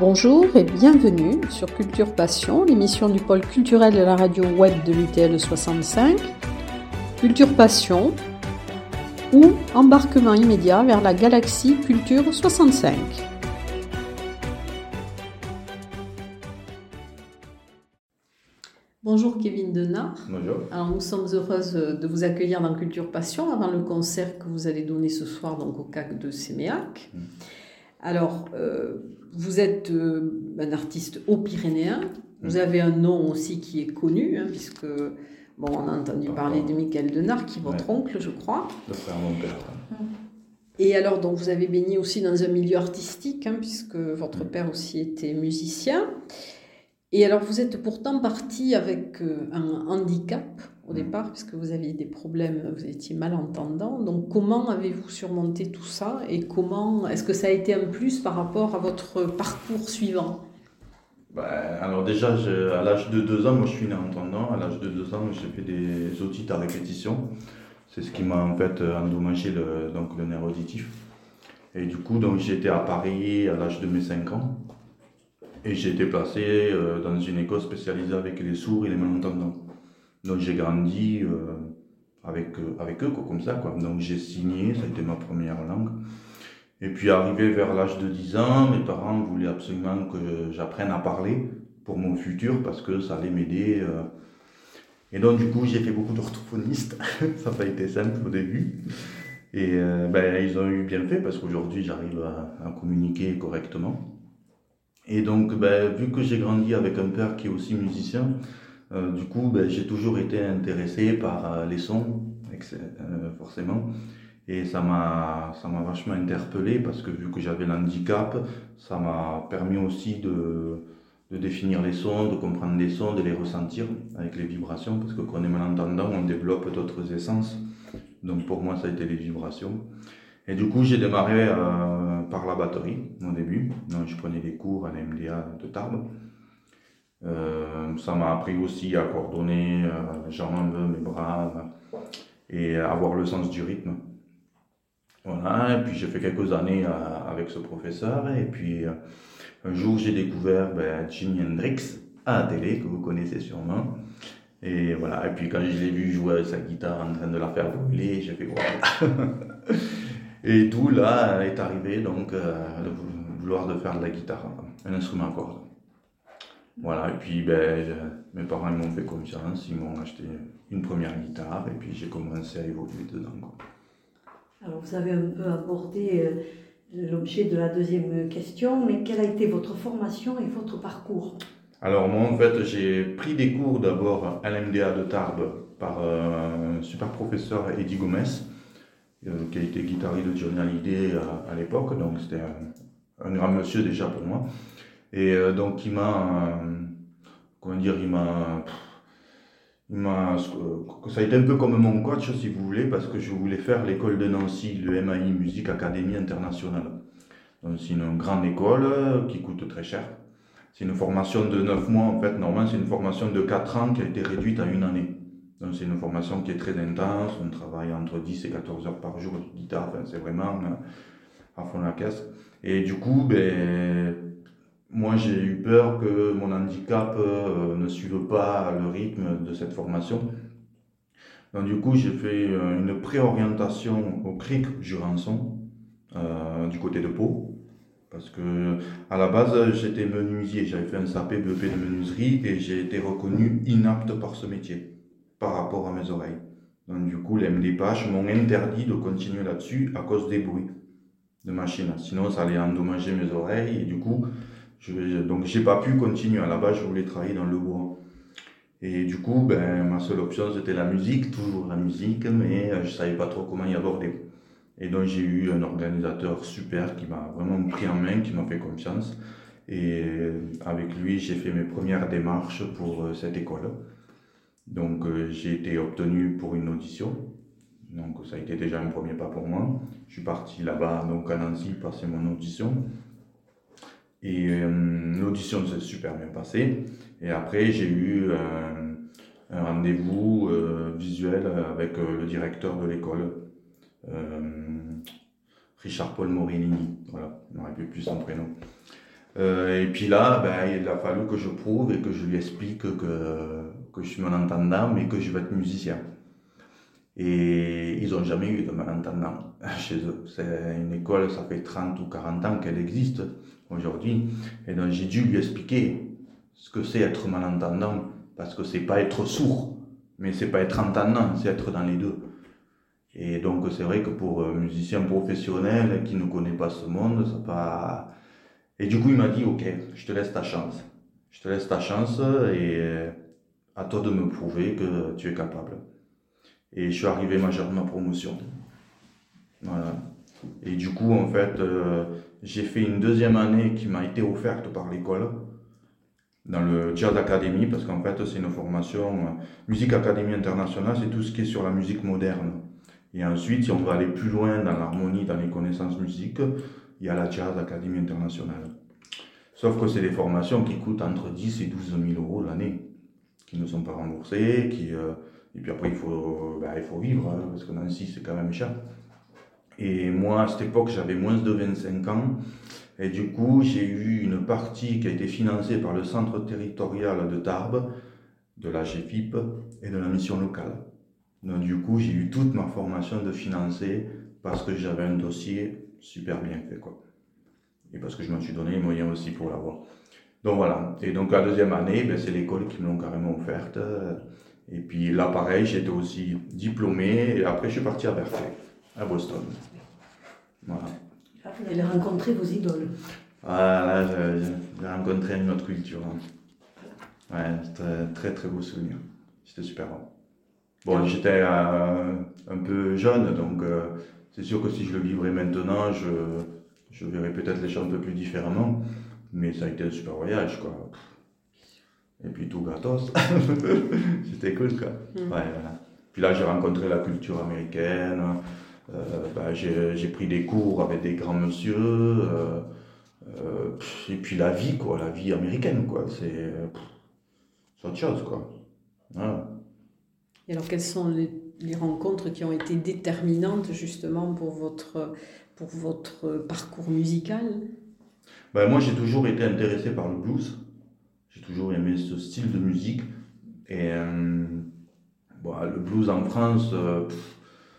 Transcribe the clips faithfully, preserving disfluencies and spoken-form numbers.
Bonjour et bienvenue sur Culture Passion, l'émission du pôle culturel de la radio web de l'U T L soixante-cinq. Culture Passion ou embarquement immédiat vers la galaxie Culture soixante-cinq. Bonjour Kevin Denard. Bonjour. Alors nous sommes heureuses de vous accueillir dans Culture Passion avant le concert que vous allez donner ce soir donc au C A C de Séméac. Mmh. Alors, euh, vous êtes euh, un artiste haut-pyrénéen, vous mmh. avez un nom aussi qui est connu, hein, puisque bon, on a entendu Pardon. parler de Michael Denard, qui est votre ouais. oncle, je crois. Le frère de mon père. Et alors, donc, vous avez baigné aussi dans un milieu artistique, hein, puisque votre mmh. père aussi était musicien. Et alors, vous êtes pourtant parti avec euh, un handicap au mmh. départ, puisque vous aviez des problèmes, vous étiez malentendant. Donc, comment avez-vous surmonté tout ça et comment est-ce que ça a été un plus par rapport à votre parcours suivant? Ben, alors déjà, je, à l'âge de deux ans, moi je suis né entendant. À l'âge de deux ans, j'ai fait des otites à répétition. C'est ce qui m'a en fait endommagé le, donc, le nerf auditif. Et du coup, donc, j'ai été à Paris à l'âge de mes cinq ans. Et j'ai été placé euh, dans une école spécialisée avec les sourds et les malentendants. Donc j'ai grandi euh, avec, euh, avec eux, quoi, comme ça. Quoi. Donc j'ai signé, ça a été ma première langue. Et puis arrivé vers l'âge de dix ans, mes parents voulaient absolument que j'apprenne à parler pour mon futur parce que ça allait m'aider. Euh. Et donc du coup j'ai fait beaucoup d'orthophonistes, ça n'a pas été simple au début. Et euh, ben, ils ont eu bien fait parce qu'aujourd'hui j'arrive à, à communiquer correctement. Et donc ben, vu que j'ai grandi avec un père qui est aussi musicien, Euh, du coup, ben, j'ai toujours été intéressé par euh, les sons, euh, forcément, et ça m'a, ça m'a vachement interpellé parce que vu que j'avais l'handicap, ça m'a permis aussi de, de définir les sons, de comprendre les sons, de les ressentir avec les vibrations, parce que quand on est malentendant, on développe d'autres essences. Donc pour moi, ça a été les vibrations. Et du coup, j'ai démarré euh, par la batterie au début. Donc, je prenais des cours à l'A M D A de Tarbes. Euh, ça m'a appris aussi à coordonner euh, les jambes, mes bras euh, et avoir le sens du rythme. Voilà, et puis j'ai fait quelques années euh, avec ce professeur et puis euh, un jour j'ai découvert ben, Jimi Hendrix à la télé, que vous connaissez sûrement. Et voilà, et puis quand je l'ai vu jouer sa guitare en train de la faire brûler, j'ai fait waouh. Et d'où là est arrivé donc euh, le vouloir de faire de la guitare, un instrument à cordes. Voilà, et puis ben, je, mes parents ils m'ont fait confiance, ils m'ont acheté une première guitare et puis j'ai commencé à évoluer dedans. Quoi. Alors vous avez un peu abordé euh, l'objet de la deuxième question, mais quelle a été votre formation et votre parcours? Alors moi en fait j'ai pris des cours d'abord à l'A M D A de Tarbes par euh, un super professeur Eddie Gomez, euh, qui a été guitariste de Johnny Hallyday à, à l'époque, donc c'était un, un grand monsieur déjà pour moi. Et euh, donc il m'a, euh, comment dire, il m'a, il m'a, euh, ça a été un peu comme mon coach si vous voulez, parce que je voulais faire l'école de Nancy, le M A I Music Academy International. Donc c'est une grande école qui coûte très cher. C'est une formation de neuf mois en fait, normalement c'est une formation de quatre ans qui a été réduite à une année. Donc c'est une formation qui est très intense, on travaille entre dix et quatorze heures par jour de guitare, enfin, c'est vraiment à fond la caisse. Et du coup, ben, moi, j'ai eu peur que mon handicap euh, ne suive pas le rythme de cette formation. Donc, du coup, j'ai fait euh, une préorientation au C R I C Jurançon, euh, du côté de Pau. Parce que, à la base, j'étais menuisier. J'avais fait un S A P B E P de menuiserie et j'ai été reconnu inapte par ce métier, par rapport à mes oreilles. Donc, du coup, les M D P H m'ont interdit de continuer là-dessus à cause des bruits de machine. Sinon, ça allait endommager mes oreilles et du coup, Je, donc j'ai pas pu continuer. À la base, je voulais travailler dans le bois. Et du coup, ben, ma seule option, c'était la musique, toujours la musique, mais je savais pas trop comment y aborder. Et donc j'ai eu un organisateur super qui m'a vraiment pris en main, qui m'a fait confiance. Et avec lui, j'ai fait mes premières démarches pour cette école. Donc j'ai été obtenu pour une audition. Donc ça a été déjà un premier pas pour moi. Je suis parti là-bas, donc à Nancy, passer mon audition. Et euh, l'audition s'est super bien passée. Et après, j'ai eu euh, un rendez-vous euh, visuel avec euh, le directeur de l'école, euh, Richard Paul Morini. Voilà, je ne me rappelle plus son prénom. Euh, et puis là, ben, il a fallu que je prouve et que je lui explique que, que je suis malentendant, mais que je vais être musicien. Et ils n'ont jamais eu de malentendant chez eux. C'est une école, ça fait trente ou quarante ans qu'elle existe aujourd'hui. Et donc j'ai dû lui expliquer ce que c'est être malentendant, parce que c'est pas être sourd, mais c'est pas être entendant, c'est être dans les deux. Et donc c'est vrai que pour un musicien professionnel qui ne connaît pas ce monde, ça pas... Et du coup il m'a dit, ok, je te laisse ta chance. Je te laisse ta chance et à toi de me prouver que tu es capable. Et je suis arrivé majeur de ma promotion. Voilà. Et du coup, en fait, euh, j'ai fait une deuxième année qui m'a été offerte par l'école, dans le Jazz Academy, parce qu'en fait, c'est une formation, euh, Musique Académie Internationale, c'est tout ce qui est sur la musique moderne. Et ensuite, si on veut aller plus loin dans l'harmonie, dans les connaissances musique, il y a la Jazz Académie Internationale. Sauf que c'est des formations qui coûtent entre dix et douze mille euros l'année, qui ne sont pas remboursées, qui... Euh, Et puis après, il faut, ben, il faut vivre, hein, parce que Nancy, c'est quand même cher. Et moi, à cette époque, j'avais moins de vingt-cinq ans. Et du coup, j'ai eu une partie qui a été financée par le centre territorial de Tarbes, de la G F I P et de la mission locale. Donc du coup, j'ai eu toute ma formation de financée parce que j'avais un dossier super bien fait, quoi. Et parce que je me suis donné les moyens aussi pour l'avoir. Donc voilà. Et donc la deuxième année, ben, c'est l'école qui me l'ont carrément offerte. Et puis là, pareil, j'étais aussi diplômé, et après, je suis parti à Berkeley, à Boston. Voilà. Là, vous allez rencontrer vos idoles. Ah, là, j'ai, j'ai rencontré une autre culture. Hein. Ouais, c'était très, très beau souvenir. C'était super bon. Bon, j'étais euh, un peu jeune, donc euh, c'est sûr que si je le vivrais maintenant, je, je verrais peut-être les choses un peu plus différemment. Mais ça a été un super voyage, quoi. Et puis tout gratos. C'était cool, quoi. Mmh. Ouais, voilà. Puis là, j'ai rencontré la culture américaine. Euh, bah, j'ai, j'ai pris des cours avec des grands monsieur. Euh, euh, et puis la vie, quoi. La vie américaine, quoi. C'est, c'est autre chose, quoi. Voilà. Et alors, quelles sont les, les rencontres qui ont été déterminantes, justement, pour votre, pour votre parcours musical ? Ben, moi, j'ai toujours été intéressé par le blues. J'ai toujours aimé ce style de musique. Et euh, bon, le blues en France, euh, pff,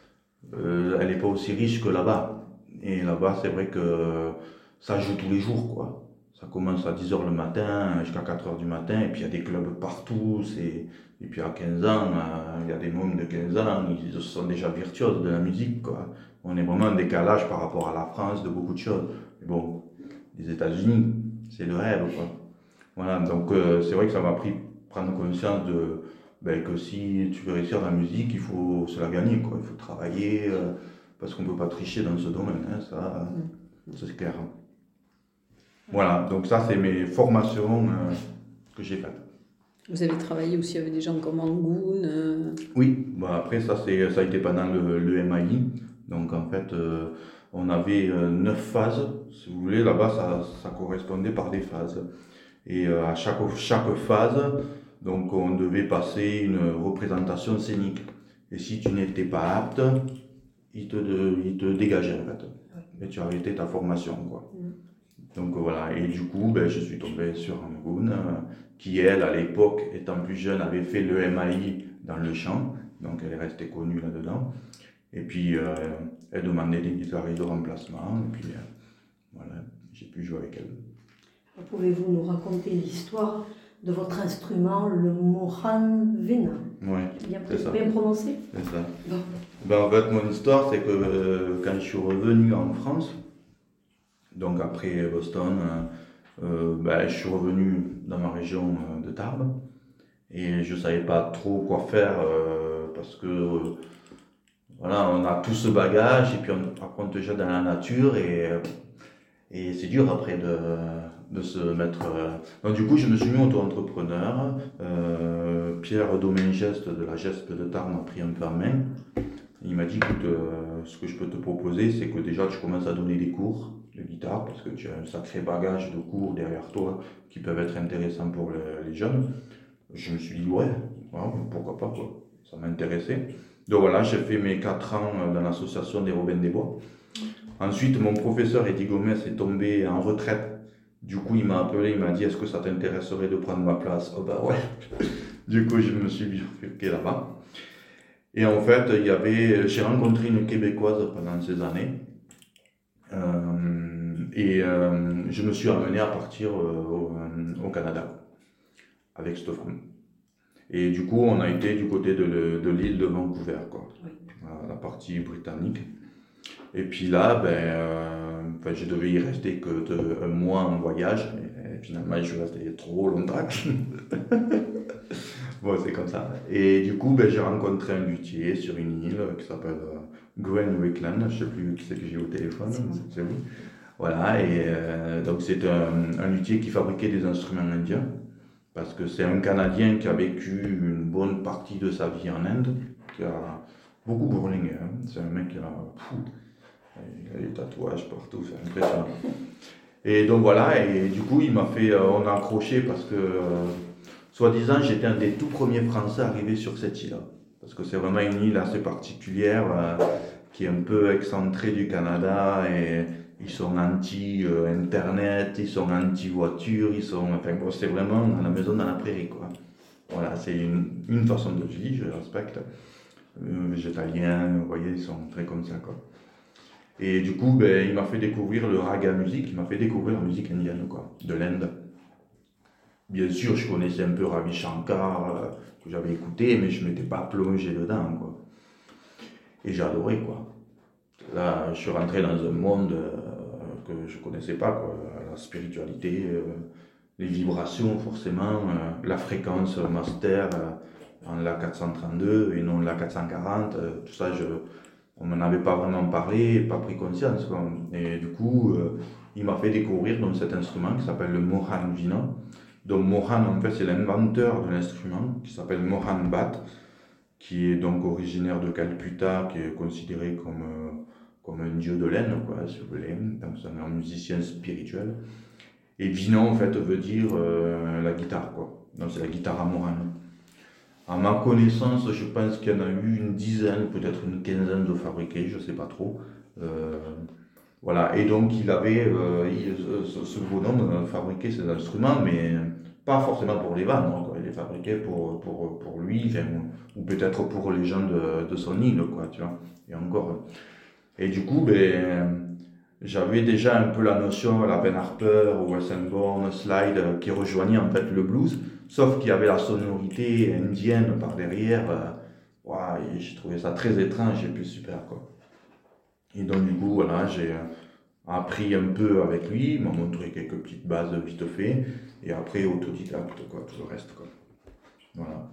euh, elle n'est pas aussi riche que là-bas. Et là-bas, c'est vrai que ça joue tous les jours, quoi. Ça commence à dix heures le matin jusqu'à quatre heures du matin. Et puis il y a des clubs partout. C'est... Et puis à quinze ans, euh, il y a des mômes de quinze ans, ils sont déjà virtuoses de la musique, quoi. On est vraiment en décalage par rapport à la France de beaucoup de choses. Mais bon, les États-Unis, c'est le rêve, quoi. Voilà, donc euh, c'est vrai que ça m'a pris prendre conscience de, ben, que si tu veux réussir dans la musique, il faut se la gagner, quoi. Il faut travailler, euh, parce qu'on ne peut pas tricher dans ce domaine, hein, ça, ça c'est clair. Voilà, donc ça c'est mes formations euh, que j'ai faites. Vous avez travaillé aussi avec des gens comme Angoun euh... Oui, bon, après ça, c'est, ça a été pendant le, le M I. Donc en fait, euh, on avait euh, neuf phases, si vous voulez, là-bas ça, ça correspondait par des phases. Et euh, à chaque, chaque phase, donc on devait passer une représentation scénique. Et si tu n'étais pas apte, ils te, ils te dégageaient en fait. Et tu arrêtais ta formation, quoi. Mm. Donc voilà, et du coup, ben, je suis tombé sur Angoun, euh, qui elle, à l'époque, étant plus jeune, avait fait le M A I dans le chant. Donc elle est restée connue là-dedans. Et puis euh, elle demandait des guitaristes de remplacement. Et puis euh, voilà, j'ai pu jouer avec elle. Pouvez-vous nous raconter l'histoire de votre instrument, le Mohan Vena? Oui, bien, c'est ça. Bien prononcé? C'est ça. Bon. Ben, en fait, mon histoire, c'est que euh, quand je suis revenu en France, donc après Boston, euh, ben, je suis revenu dans ma région de Tarbes et je ne savais pas trop quoi faire euh, parce que euh, voilà, on a tout ce bagage et puis on, après on te jette dans la nature et, et c'est dur après de, de se mettre... Euh... Donc du coup, je me suis mis auto-entrepreneur. Euh, Pierre Domingeste de la Geste de Tarbes m'a pris un peu en main. Il m'a dit, écoute, euh, ce que je peux te proposer, c'est que déjà tu commences à donner des cours de guitare, parce que tu as un sacré bagage de cours derrière toi qui peuvent être intéressants pour les, les jeunes. Je me suis dit, ouais, ouais pourquoi pas, quoi. Ça m'a intéressé. Donc voilà, j'ai fait mes quatre ans dans l'association des Robins des Bois. Ensuite, mon professeur Eddie Gomez est tombé en retraite Du coup, il m'a appelé, il m'a dit, est-ce que ça t'intéresserait de prendre ma place? Oh bah ouais. Du coup, je me suis bifurqué là-bas. Et en fait, il y avait, j'ai rencontré une Québécoise pendant ces années. Euh, et euh, je me suis amené à partir euh, au, au Canada avec cette femme. Et du coup, on a été du côté de, le- de l'île de Vancouver, quoi, Oui. à la partie britannique. Et puis là, ben, euh, enfin, je devais y rester que de, un mois en voyage, mais finalement, je suis resté trop longtemps. Bon, c'est comme ça. Et du coup, ben, j'ai rencontré un luthier sur une île qui s'appelle euh, Gwen Wickland, je ne sais plus qui c'est que j'ai au téléphone, C'est moi. c'est vous. Voilà, et euh, donc c'est un, un luthier qui fabriquait des instruments indiens, parce que c'est un Canadien qui a vécu une bonne partie de sa vie en Inde, qui a beaucoup bourlingué, hein. C'est un mec qui a, pfou, il a des tatouages partout, c'est impressionnant. Et donc voilà, et du coup, il m'a fait, euh, on a accroché parce que, euh, soi-disant, j'étais un des tout premiers Français arrivés sur cette île. Parce que c'est vraiment une île assez particulière, euh, qui est un peu excentrée du Canada, et ils sont anti-internet, ils sont anti-voiture, ils sont, enfin bon, c'est vraiment dans la maison dans la prairie, quoi. Voilà, c'est une, une façon de vie, je respecte. Euh, végétaliens, vous voyez, ils sont très comme ça, quoi. Et du coup, ben, il m'a fait découvrir le raga music, il m'a fait découvrir la musique indienne, quoi, de l'Inde. Bien sûr, je connaissais un peu Ravi Shankar, euh, que j'avais écouté, mais je ne m'étais pas plongé dedans, quoi. Et j'ai adoré, quoi. Là, je suis rentré dans un monde euh, que je ne connaissais pas, quoi. La spiritualité, euh, les vibrations, forcément, euh, la fréquence master euh, en l'A quatre cent trente-deux et non l'A quatre cent quarante, euh, tout ça, je, on m'en avait pas vraiment parlé, pas pris conscience, quoi. Et du coup, euh, il m'a fait découvrir donc, cet instrument qui s'appelle le Mohan Vina. Donc Mohan, en fait, c'est l'inventeur de l'instrument qui s'appelle Mohan Bhatt, qui est donc originaire de Calcutta, qui est considéré comme, euh, comme un dieu de laine, quoi, si vous voulez. Donc c'est un musicien spirituel. Et Vina, en fait, veut dire euh, la guitare, quoi. Donc c'est la guitare à Mohan. À ma connaissance, je pense qu'il y en a eu une dizaine, peut-être une quinzaine de fabriqués, je ne sais pas trop. Euh, voilà, et donc il avait, euh, il- ce, ce bonhomme euh, fabriquait ses instruments, mais pas forcément pour les vendre, quoi. Il les fabriquait pour, pour, pour lui, enfin, ou, ou peut-être pour les gens de, de son île, quoi, tu vois. Et encore. Et du coup, ben, j'avais déjà un peu la notion, la Ben Harper, Wes Born, Slide, euh, qui rejoignait en fait le blues, sauf qu'il y avait la sonorité indienne par derrière. Euh, ouah, et j'ai trouvé ça très étrange et puis super, quoi. Et donc du coup, voilà, j'ai euh, appris un peu avec lui, il m'a montré quelques petites bases vite fait, et après autodidacte, quoi, tout le reste, quoi. Voilà.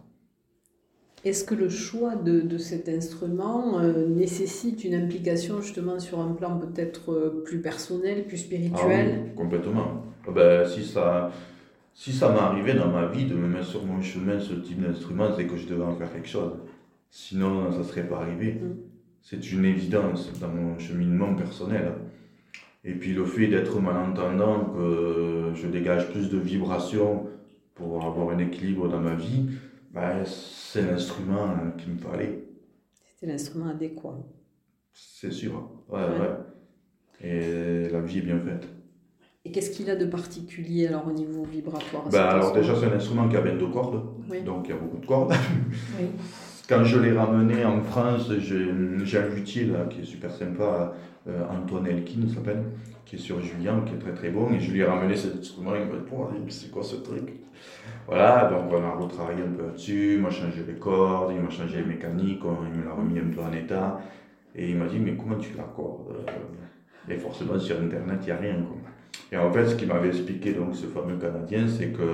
Est-ce que le choix de, de cet instrument euh, nécessite une implication justement sur un plan peut-être euh, plus personnel, plus Ah spirituel? oui, complètement. Ah ben, si ça, si ça m'arrivait dans ma vie de me mettre sur mon chemin ce type d'instrument, c'est que je devais en faire quelque chose. Sinon, ça ne serait pas arrivé. Mm. C'est une évidence dans mon cheminement personnel. Et puis le fait d'être malentendant, que je dégage plus de vibrations pour avoir un équilibre dans ma vie, ben, c'est l'instrument hein, qu'il me fallait, C'était l'instrument adéquat. c'est sûr. Ouais, Ouais. ouais. Et la vie est bien faite. Et qu'est-ce qu'il a de particulier alors au niveau vibratoire? Ben, cet alors instrument déjà, c'est un instrument qui a vingt-deux cordes, Oui. donc il y a beaucoup de cordes. Oui. Quand je l'ai ramené en France, j'ai j'ai un luthier là, qui est super sympa, euh, Antoine Elkin il s'appelle, qui est sur Julien, qui est très très bon, et je lui ai ramené cet instrument, il me dit, oh, c'est quoi ce truc? Voilà, donc on a retravaillé un peu là-dessus, il m'a changé les cordes, il m'a changé les mécaniques, on- il me l'a remis un peu en état, et il m'a dit, mais comment tu l'accordes? Et forcément sur internet, il n'y a rien, quoi. Et en fait, ce qu'il m'avait expliqué, donc ce fameux Canadien, c'est que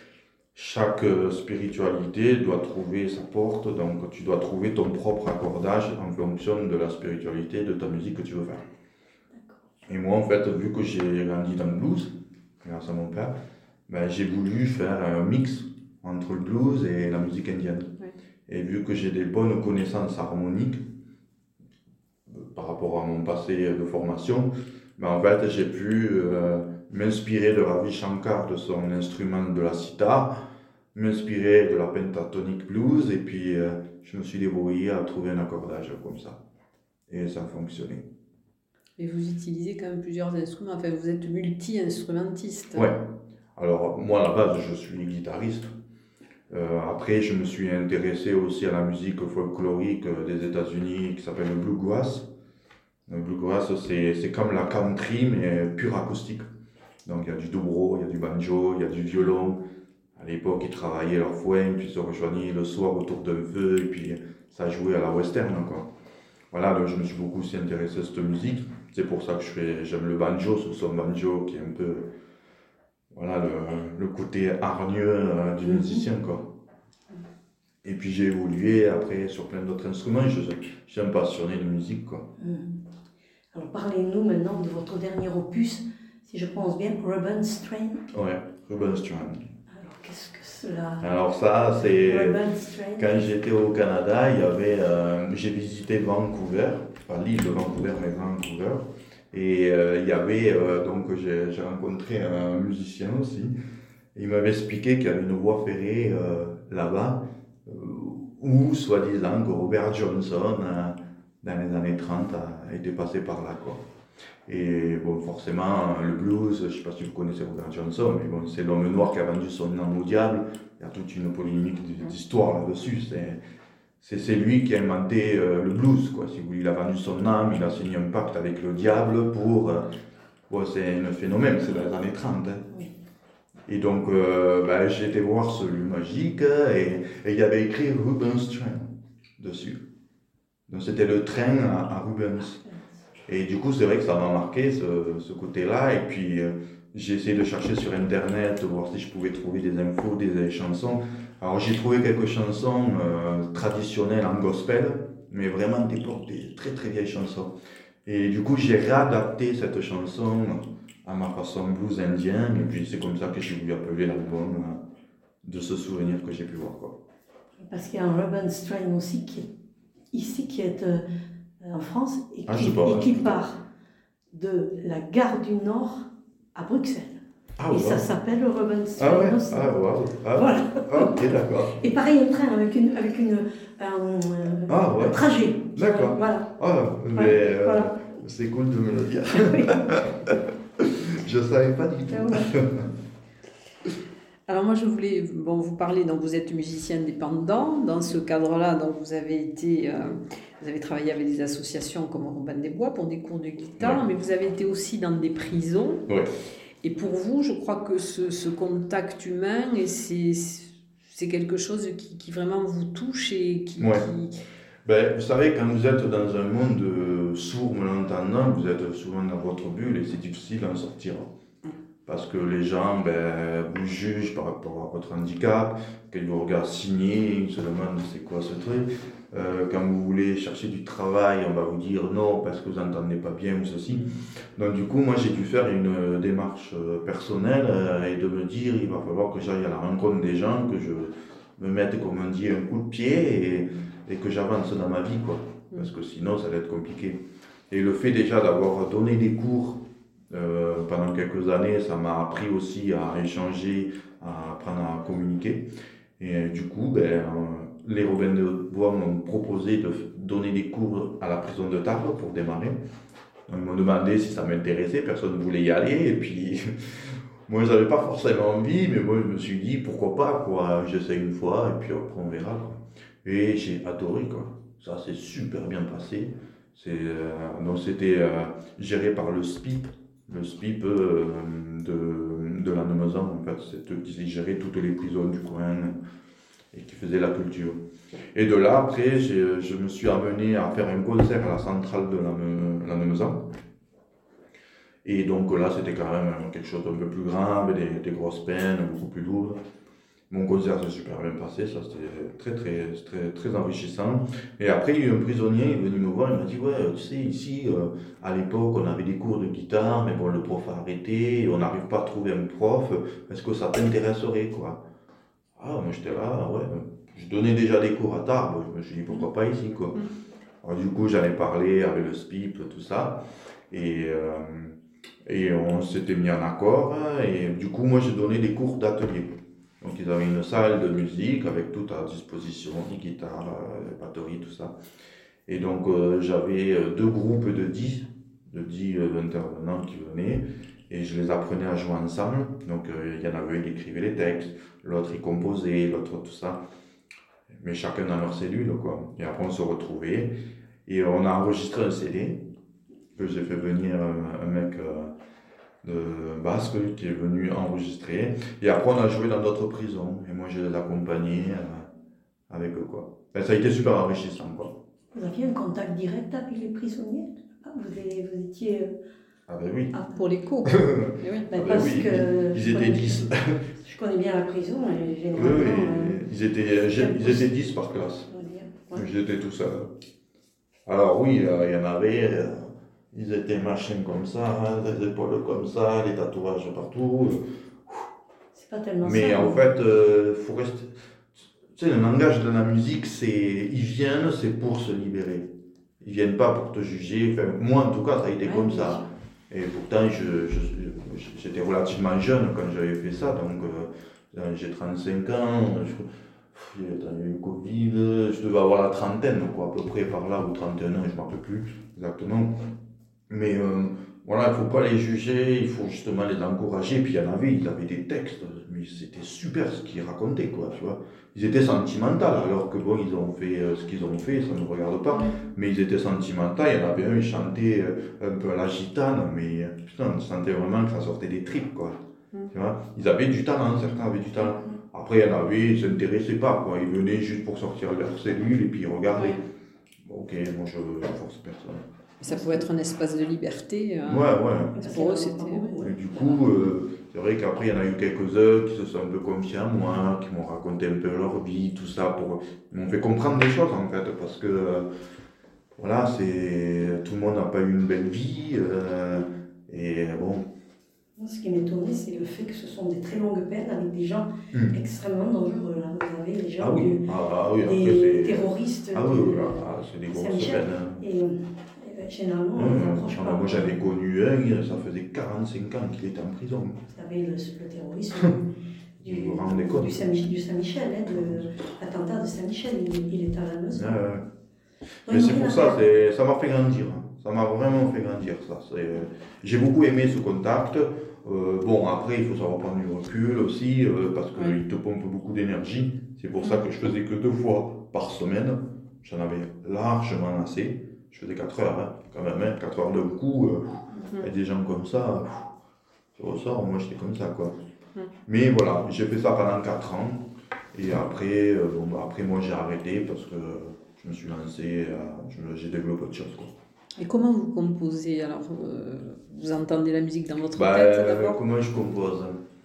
chaque euh, spiritualité doit trouver sa porte, donc tu dois trouver ton propre accordage en fonction de la spiritualité de ta musique que tu veux faire. Et moi, en fait, vu que j'ai grandi dans le blues, grâce à mon père, ben, j'ai voulu faire un mix entre le blues et la musique indienne. Ouais. Et vu que j'ai des bonnes connaissances harmoniques euh, par rapport à mon passé de formation, ben, en fait, j'ai pu euh, m'inspirer de Ravi Shankar, de son instrument de la sitar, m'inspirer de la pentatonic blues, et puis euh, je me suis débrouillé à trouver un accordage comme ça. Et ça a fonctionné. Et vous utilisez quand même plusieurs instruments, enfin vous êtes multi-instrumentiste. Ouais. Alors moi à la base je suis guitariste. Euh, après je me suis intéressé aussi à la musique folklorique des États-Unis qui s'appelle le bluegrass. Le bluegrass c'est, c'est comme la country mais pure acoustique. Donc il y a du dobro, il y a du banjo, il y a du violon. À l'époque ils travaillaient leur foin, puis se rejoignaient le soir autour d'un feu et puis ça jouait à la western quoi. Voilà, donc je me suis beaucoup aussi intéressé à cette musique. C'est pour ça que je fais, j'aime le banjo, ce son banjo qui est un peu, voilà, le, le côté hargneux euh, du musicien, quoi. Et puis j'ai évolué après sur plein d'autres instruments. Je, je suis un passionné de musique, quoi. Alors parlez-nous maintenant de votre dernier opus, si je pense bien, Reuben Strain. Ouais, Reuben Strain. Alors qu'est-ce que cela? Alors ça, c'est Reuben Strain. Quand j'étais au Canada, il y avait, euh, j'ai visité Vancouver, pas l'île de Vancouver, mais Vancouver. Et euh, il y avait, euh, donc j'ai, j'ai rencontré un musicien aussi. Il m'avait expliqué qu'il y avait une voie ferrée euh, là-bas, euh, où, soi-disant, que Robert Johnson, euh, dans les années trente, a été passé par là, quoi. Et bon, forcément, le blues, je ne sais pas si vous connaissez Robert Johnson, mais bon, c'est l'homme noir qui a vendu son âme au diable. Il y a toute une polémique d'histoire là-dessus. C'est, c'est, c'est lui qui a inventé euh, le blues, quoi. Si vous voulez, il a vendu son âme, il a signé un pacte avec le diable pour... Euh, bon, c'est un phénomène, c'est dans les années trente. Hein. Oui. Et donc, euh, ben, j'ai été voir ce lieu magique et, et il y avait écrit Rubens Train dessus. Donc c'était le train à, à Rubens. Et du coup, c'est vrai que ça m'a marqué ce, ce côté-là. Et puis, euh, j'ai essayé de chercher sur Internet, voir si je pouvais trouver des infos, des, des chansons. Alors, j'ai trouvé quelques chansons euh, traditionnelles en gospel, mais vraiment d'époque, des très très vieilles chansons. Et du coup, j'ai réadapté cette chanson à ma façon blues indien. Et puis, c'est comme ça que j'ai voulu appeler l'album euh, de ce souvenir que j'ai pu voir, quoi. Parce qu'il y a un Reuben Strain aussi qui est ici, qui est... Euh... en France et qui, ah, et qui part de la gare du Nord à Bruxelles. Ah, et wow. Ça s'appelle le Reuben Strain. Ah ouais, ah, wow. Ah, voilà. Ok, d'accord. Et pareil, un train avec, une, avec une, un, ah, ouais. un trajet. D'accord. Voilà. Ah, mais ouais, euh, voilà. C'est cool de me le dire. Je ne savais pas du tout. Alors moi je voulais bon, vous parler, donc vous êtes musicien indépendant, dans ce cadre-là donc vous avez été, euh, vous avez travaillé avec des associations comme Robin des Bois pour des cours de guitare, ouais. Mais vous avez été aussi dans des prisons, ouais. Et pour vous je crois que ce, ce contact humain, et c'est, c'est quelque chose qui, qui vraiment vous touche et qui... Ouais. qui... Ben, vous savez, quand vous êtes dans un monde sourd, malentendant, vous êtes souvent dans votre bulle et c'est difficile d'en sortir. Parce que les gens ben, vous jugent par rapport à votre handicap, qu'ils vous regardent signer, ils se demandent c'est quoi ce truc. Euh, quand vous voulez chercher du travail, on va vous dire non parce que vous n'entendez pas bien ou ceci. Donc du coup, moi j'ai dû faire une démarche personnelle euh, et de me dire il va falloir que j'aille à la rencontre des gens, que je me mette, comme on dit, un coup de pied et, et que j'avance dans ma vie, quoi. Parce que sinon ça va être compliqué. Et le fait déjà d'avoir donné des cours Euh, pendant quelques années, ça m'a appris aussi à échanger, à apprendre à communiquer. Et euh, du coup, ben, euh, les Robins des Bois m'ont proposé de donner des cours à la prison de Tarbes pour démarrer. Ils m'ont demandé si ça m'intéressait, personne ne voulait y aller. Et puis, moi, je n'avais pas forcément envie, mais moi, je me suis dit, pourquoi pas, quoi. J'essaie une fois, et puis après, on verra, quoi. Et j'ai adoré, quoi. Ça s'est super bien passé. C'est, euh, donc, c'était euh, géré par le S P I P. Le S P I P euh, de, de la Lannemezan, en fait, c'est eux qui géraient toutes les prisons du coin et qui faisaient la culture. Et de là, après, j'ai, je me suis amené à faire un concert à la centrale de la Lannemezan. Et donc là, c'était quand même quelque chose d'un peu plus grand, avec des, des grosses peines, beaucoup plus lourdes. Mon concert s'est super bien passé, ça c'était très très très très enrichissant. Et après il y a eu un prisonnier, il est venu me voir, il m'a dit ouais tu sais ici euh, à l'époque on avait des cours de guitare, mais bon le prof a arrêté, on n'arrive pas à trouver un prof, est-ce que ça t'intéresserait quoi? Ah moi j'étais là, ouais, je donnais déjà des cours à Tarbes, je me suis dit pourquoi pas ici quoi. Alors du coup j'en ai parlé avec le S P I P, tout ça, et euh, et on s'était mis en accord, et du coup moi j'ai donné des cours d'atelier. Donc ils avaient une salle de musique avec tout à disposition, des guitares, des batteries, tout ça. Et donc euh, j'avais deux groupes de dix de dix, vingt intervenants qui venaient, et je les apprenais à jouer ensemble. Donc euh, il y en avait un qui écrivait les textes, l'autre il composait, l'autre tout ça. Mais chacun dans leur cellule, quoi. Et après on se retrouvait, et on a enregistré un C D, que j'ai fait venir un, un mec euh, de Basque qui est venu enregistrer. Et après on a joué dans d'autres prisons, et moi je les accompagnais euh, avec eux, quoi. Et ça a été super enrichissant, quoi. Vous aviez un contact direct avec les prisonniers? Ah, vous, avez, vous étiez... Ah ben oui. Ah, pour les cours. oui. Ben ah ben parce oui. que ils étaient dix. Je connais bien la prison, et généralement... Oui, oui. Euh, ils, étaient, ils étaient dix par classe. Ouais. J'étais tout seul. Alors oui, euh, il y en avait, euh, ils étaient machins comme ça, hein, des épaules comme ça, les tatouages partout. C'est pas tellement Mais ça, en fait, il euh, faut rester... Tu sais, le langage de la musique, c'est... Ils viennent, c'est pour se libérer. Ils viennent pas pour te juger. Enfin, moi, en tout cas, ça a été ouais, comme ça. Sûr. Et pourtant, je, je, je, j'étais relativement jeune quand j'avais fait ça. Donc, euh, j'ai trente-cinq ans. Je, il y a eu le Covid. Je devais avoir la trentaine, quoi, à peu près par là, ou trente et un ans, je ne me rappelle plus exactement. Mais euh, voilà, il ne faut pas les juger, il faut justement les encourager. Puis il y en avait, ils avaient des textes, mais c'était super ce qu'ils racontaient, quoi, tu vois. Ils étaient sentimentaux, alors que bon, ils ont fait euh, ce qu'ils ont fait, ça ne me regarde pas, mais ils étaient sentimentaux. Il y en avait un, il chantait euh, un peu à la gitane, mais putain, on sentait vraiment que ça sortait des tripes, quoi. Mm. Tu vois, ils avaient du talent, certains avaient du talent. Après, il y en avait, ils ne s'intéressaient pas, quoi. Ils venaient juste pour sortir de leur cellule et puis ils regardaient. Ouais. Ok, moi je ne force personne. Ça pouvait être un espace de liberté. Euh, ouais, ouais. Pour eux, c'était. Et du coup, euh, c'est vrai qu'après, il y en a eu quelques-uns qui se sont un peu confiés en moi, qui m'ont raconté un peu leur vie, tout ça. Pour... Ils m'ont fait comprendre des choses, en fait, parce que, euh, voilà, c'est... tout le monde n'a pas eu une belle vie. Euh, et bon. Ce qui m'étonnait, c'est le fait que ce sont des très longues peines avec des gens mmh. extrêmement dangereux. Là. Vous avez des gens, ah oui. du, ah, ah oui, des terroristes. Ah oui, oui ah, c'est des grosses peines. Et, et généralement, on mmh. les approche pas. Moi, j'avais connu un, ça faisait quarante-cinq ans qu'il était en prison. Vous avez le, le terrorisme du, du, du Saint-Michel, hein, de l'attentat de Saint-Michel, il, il est à la Meuse. Ah, ouais. Mais c'est pour ça, c'est, ça m'a fait grandir. Ça m'a vraiment fait grandir, ça. C'est, j'ai beaucoup aimé ce contact. Euh, bon, après, il faut savoir prendre du recul aussi, euh, parce qu'il ouais. te pompe beaucoup d'énergie. C'est pour ça que je faisais que deux fois par semaine. J'en avais largement assez. Je faisais quatre heures, hein, quand même, hein, quatre heures d'un coup. Euh, mm-hmm. Avec des gens comme ça, ça ressort. Moi, j'étais comme ça, quoi. Mm. Mais voilà, j'ai fait ça pendant quatre ans. Et après, euh, bon, bah, après moi, j'ai arrêté parce que je me suis lancé, euh, je, j'ai développé autre chose, quoi. Et comment vous composez? Alors, euh, vous entendez la musique dans votre bah, tête d'abord? Comment je compose?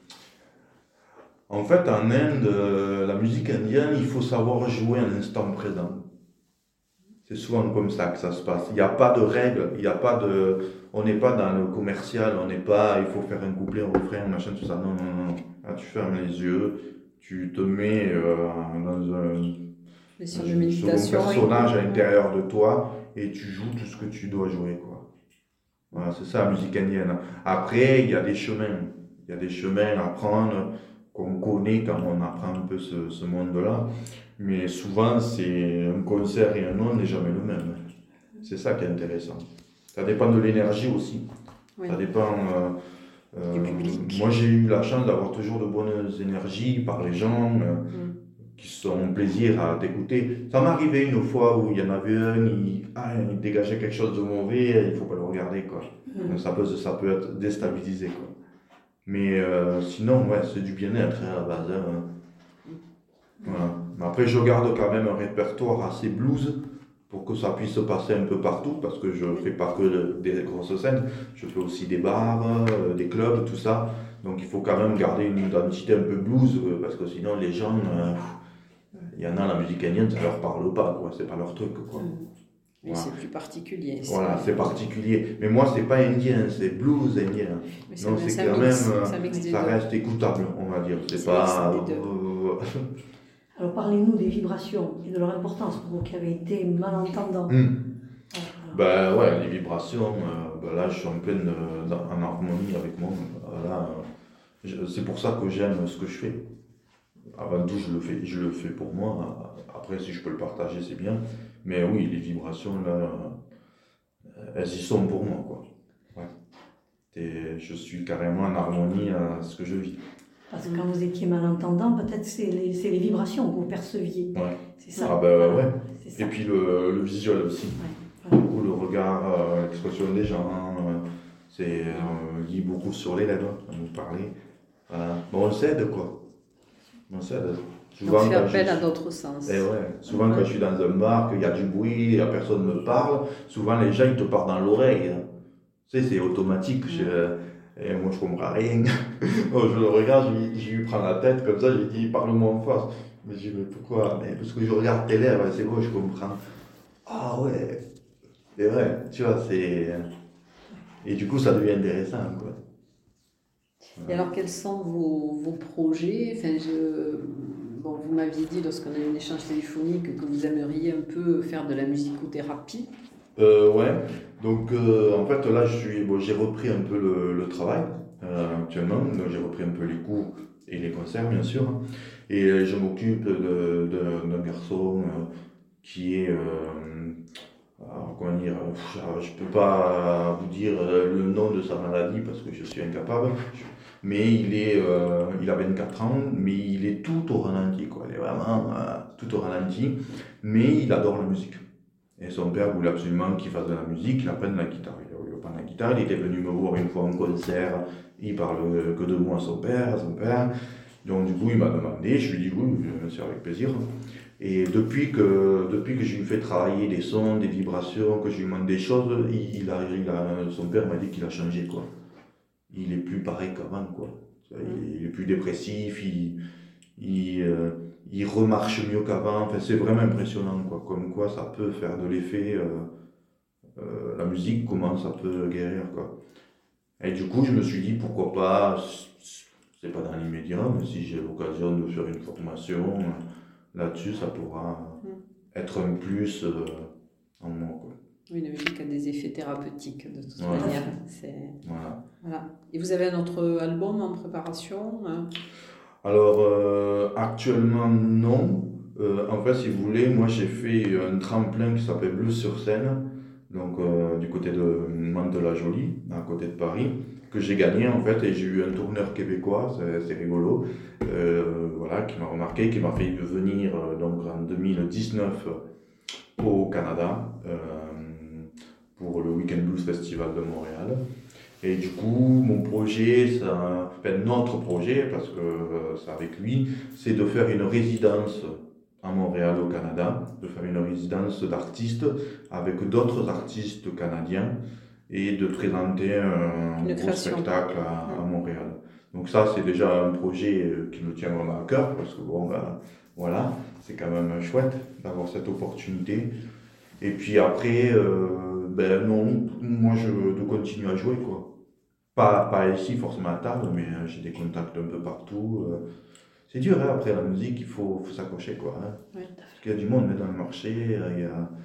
En fait, en Inde, euh, la musique indienne, il faut savoir jouer à l'instant présent. C'est souvent comme ça que ça se passe. Il n'y a pas de règles, il n'y a pas de... On n'est pas dans le commercial, on n'est pas... Il faut faire un couplet, un refrain, machin, tout ça. Non, non, non. Là, tu fermes les yeux, tu te mets euh, dans un... Sur le méditation, personnage à l'intérieur de toi et tu joues tout ce que tu dois jouer, quoi. Voilà, c'est ça la musique indienne. Après, il y a des chemins. Il y a des chemins à prendre qu'on connaît quand on apprend un peu ce, ce monde-là. Mais souvent, c'est un concert et un autre n'est jamais le même. C'est ça qui est intéressant. Ça dépend de l'énergie aussi. Oui. Ça dépend... Euh, euh, moi, j'ai eu la chance d'avoir toujours de bonnes énergies par les gens. Euh, mm. qui sont plaisir à t'écouter. Ça m'est arrivé une fois où il y en avait un, il, ah, il dégageait quelque chose de mauvais, il ne faut pas le regarder, quoi. Mmh. Ça peut, ça peut être déstabilisé, quoi. Mais euh, sinon, ouais, c'est du bien-être, hein, à la base. Hein. Voilà. Mais après, je garde quand même un répertoire assez blues pour que ça puisse se passer un peu partout, parce que je ne fais pas que des grosses scènes, je fais aussi des bars, euh, des clubs, tout ça. Donc il faut quand même garder une identité un peu blues, euh, parce que sinon les gens... Euh, il y en a, la musique indienne, ça leur parle pas, quoi. C'est pas leur truc, quoi. Mmh. Oui, voilà. C'est plus particulier. C'est voilà, c'est particulier. Mais moi, c'est pas indien, c'est blues indien. Mais c'est, non, c'est quand même, ça, ça reste écoutable, on va dire. C'est, c'est pas... Euh... Alors, parlez-nous des vibrations et de leur importance pour vous qui avez été malentendants. Mmh. Alors... Ben ouais, les vibrations, euh, ben là, je suis en pleine euh, en harmonie avec moi. Là, je, c'est pour ça que j'aime ce que je fais. Avant tout, je le fais, je le fais pour moi. Après, si je peux le partager, c'est bien. Mais oui, les vibrations, là, elles y sont pour moi, quoi. je suis carrément en harmonie à ce que je vis. Parce que quand vous étiez malentendant, peut-être c'est les, c'est les vibrations que vous perceviez. Ouais. C'est ça. Ah ben voilà. Ouais. Et puis le, le visuel aussi. Ouais. Beaucoup le regard, euh, l'expression des gens. Euh, c'est euh, lit beaucoup sur les lèvres, à nous parler. Voilà. Bon, on s'aide quoi. On s'aide. Souvent, on fait appel à d'autres sens. Et ouais. Souvent ouais. Quand je suis dans un bar, qu'il y a du bruit, la personne me parle, souvent les gens ils te parlent dans l'oreille. Tu sais, c'est automatique. Ouais. Je, et moi je comprends rien. Bon, je le regarde, je, je lui prends la tête comme ça, je lui dis parle-moi en face. Mais je dis mais pourquoi? Mais parce que je regarde tes lèvres, c'est bon, je comprends. Ah ouais, c'est vrai, tu vois, c'est. Et du coup ça devient intéressant quoi. Et alors quels sont vos, vos projets? Enfin, je... bon, vous m'aviez dit lorsqu'on a eu un échange téléphonique que vous aimeriez un peu faire de la musicothérapie. Euh, ouais, donc euh, en fait là je suis, bon, j'ai repris un peu le, le travail euh, actuellement, donc j'ai repris un peu les cours et les concerts bien sûr, et euh, je m'occupe de, de, d'un garçon euh, qui est, euh, alors, comment dire, je peux pas vous dire le nom de sa maladie parce que je suis incapable, mais il, est, euh, il a vingt-quatre ans, mais il est tout au ralenti, quoi. Il est vraiment euh, tout au ralenti, mais il adore la musique. Et son père voulait absolument qu'il fasse de la musique, qu'il apprenne la guitare. Il voulait apprendre la guitare, il était venu me voir une fois en concert, il parle que de moi à son père, à son père. Donc du coup il m'a demandé, je lui ai dit oui, c'est avec plaisir. Et depuis que, depuis que je lui fais travailler des sons, des vibrations, que je lui demande des choses, il, il a, il a, son père m'a dit qu'il a changé quoi. Il est plus pareil qu'avant quoi. Il, il est plus dépressif, il... il euh, il remarche mieux qu'avant, enfin, c'est vraiment impressionnant, quoi. Comme quoi ça peut faire de l'effet, euh, euh, la musique, comment ça peut guérir, quoi. Et du coup, je me suis dit, pourquoi pas, c'est pas dans l'immédiat, mais si j'ai l'occasion de faire une formation là-dessus, ça pourra mmh. être un plus euh, en moi, quoi. Oui, la musique a des effets thérapeutiques, de toute voilà. manière. C'est... Voilà. Voilà. Et vous avez un autre album en préparation hein? Alors, euh, actuellement, non. Euh, en fait, si vous voulez, moi, j'ai fait un tremplin qui s'appelle Blues sur scène, donc euh, du côté de Mantes-la-Jolie, à côté de Paris, que j'ai gagné, en fait, et j'ai eu un tourneur québécois, c'est, c'est rigolo, euh, voilà, qui m'a remarqué, qui m'a fait venir, euh, donc, en deux mille dix-neuf au Canada, euh, pour le Weekend Blues Festival de Montréal. Et du coup, mon projet, ça, enfin notre projet, parce que euh, c'est avec lui, c'est de faire une résidence à Montréal, au Canada, de faire une résidence d'artistes avec d'autres artistes canadiens et de présenter un gros spectacle à, à Montréal. Donc ça, c'est déjà un projet qui me tient vraiment à cœur, parce que bon, ben, voilà, c'est quand même chouette d'avoir cette opportunité. Et puis après, euh, ben non, moi je de continuer à jouer, quoi. Pas, pas ici forcément à table, mais euh, j'ai des contacts un peu partout. Euh, c'est dur, hein, après la musique, il faut, faut s'accrocher, quoi. Hein. Oui, parce qu'il y a du monde dans le marché, il y a,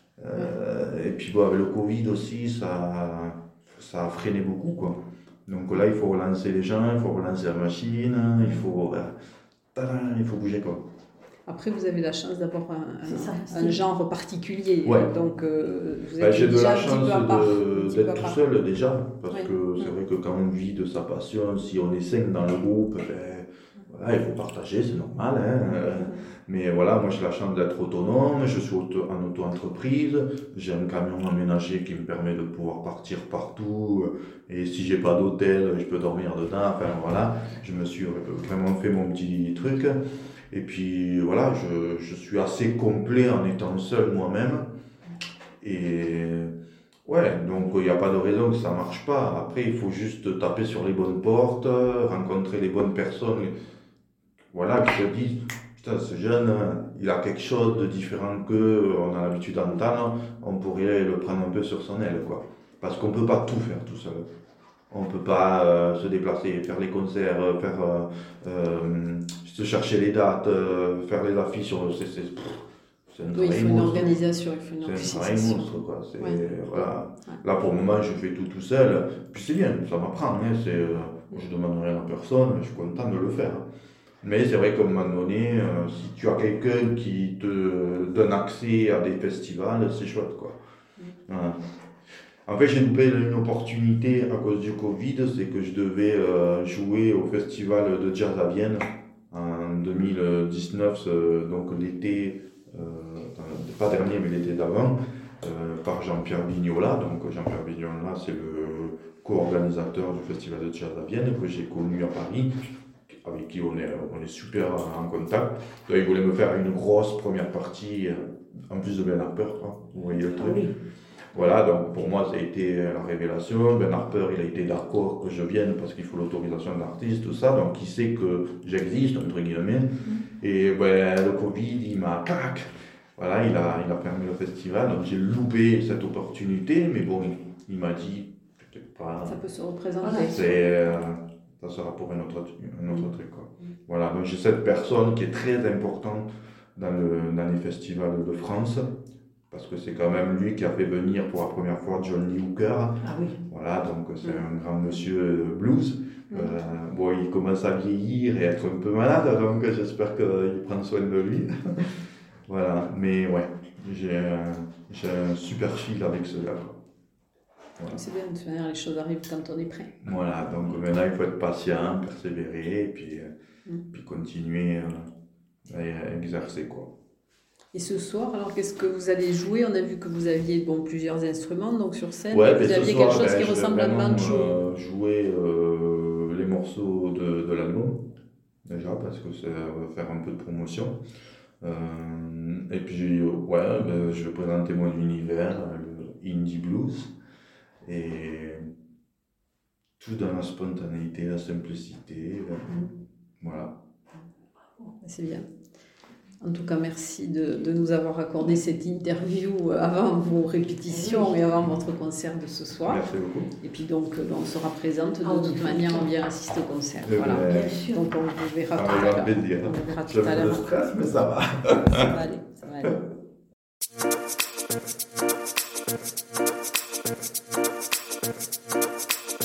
euh, oui. Et puis bon, avec le Covid aussi, ça, ça a freiné beaucoup, quoi. Donc là, il faut relancer les gens, il faut relancer la machine, il faut, euh, tadam, il faut bouger, quoi. Après, vous avez la chance d'avoir un, un, ça, un genre particulier, ouais. donc euh, vous êtes bah, j'ai déjà de la chance un part, de, d'être tout seul déjà, parce ouais. que c'est vrai que quand on vit de sa passion, si on est cinq dans le groupe, ben, voilà, il faut partager, c'est normal. Hein. Mais voilà, moi j'ai la chance d'être autonome, je suis auto, en auto-entreprise, j'ai un camion aménagé qui me permet de pouvoir partir partout, et si j'ai pas d'hôtel, je peux dormir dedans, enfin voilà, je me suis vraiment fait mon petit truc. Et puis voilà, je, je suis assez complet en étant seul moi-même. Et ouais, donc il n'y a pas de raison que ça ne marche pas. Après, il faut juste taper sur les bonnes portes, rencontrer les bonnes personnes, voilà, qui se disent, putain, ce jeune, il a quelque chose de différent qu'on a l'habitude d'entendre, on pourrait le prendre un peu sur son aile, quoi. Parce qu'on ne peut pas tout faire tout seul. On ne peut pas euh, se déplacer, faire les concerts, faire, euh, euh, se chercher les dates, euh, faire les affiches. C'est, c'est, c'est un oui, il faut une organisation, il faut une organisation. C'est un travail monstre, quoi. C'est, ouais. Voilà. Ouais. Là, pour le moment, je fais tout tout seul. Puis c'est bien, ça m'apprend. Hein. C'est, euh, je ne demande rien à personne, je suis content de le faire. Mais c'est vrai qu'à un moment donné, euh, si tu as quelqu'un qui te donne accès à des festivals, c'est chouette, quoi. Voilà. En fait, j'ai loupé une opportunité à cause du Covid, c'est que je devais euh, jouer au festival de jazz à Vienne en deux mille dix-neuf, euh, donc l'été, euh, pas dernier, mais l'été d'avant, euh, par Jean-Pierre Vignola. Donc Jean-Pierre Vignola, c'est le co-organisateur du festival de jazz à Vienne que j'ai connu à Paris, avec qui on est, on est super en contact. Donc, il voulait me faire une grosse première partie, en plus de Ben Harper, hein, vous voyez le truc. Ah oui. Voilà, donc pour moi, ça a été la révélation. Ben Harper, il a été d'accord que je vienne parce qu'il faut l'autorisation de l'artiste, tout ça. Donc il sait que j'existe, entre guillemets. Mm-hmm. Et ben, le Covid, il m'a clac. Voilà, il a, il a fermé le festival. Donc j'ai loupé cette opportunité. Mais bon, il, il m'a dit, peut-être pas. Ça peut se représenter. C'est, euh, ça sera pour un autre, un autre mm-hmm. truc, quoi. Voilà, donc j'ai cette personne qui est très importante dans, le, dans les festivals de France. Parce que c'est quand même lui qui a fait venir pour la première fois Johnny Hooker. Ah oui. Voilà, donc c'est mmh. un grand monsieur blues. Mmh. Euh, bon, il commence à vieillir et être un peu malade, donc j'espère qu'il prend soin de lui. Voilà, mais ouais, j'ai un, j'ai un super fil avec ce gars. Voilà. C'est bien, de toute manière, les choses arrivent quand on est prêt. Voilà, donc maintenant il faut être patient, persévérer, et puis, mmh. puis continuer à, à exercer, quoi. Et ce soir, alors qu'est-ce que vous allez jouer? On a vu que vous aviez bon, plusieurs instruments donc sur scène. Ouais, vous aviez soir, quelque chose ben, qui ressemble à un banjo. Euh, jouer euh, les morceaux de, de l'album, déjà, parce que ça va faire un peu de promotion. Euh, et puis, ouais, ben, je vais présenter mon univers, le indie blues. Et tout dans la spontanéité, la simplicité. Mmh. Voilà. C'est bien. En tout cas, merci de, de nous avoir accordé cette interview avant vos répétitions et avant votre concert de ce soir. Merci beaucoup. Et puis donc, on sera présente. De toute oh, manière, on vient assister au concert. Euh, voilà. Bien sûr. Donc, on vous verra ah, tout à l'heure. On verra tout à l'heure. Je me stresse, mais ça va. Ça va aller. Ça va aller.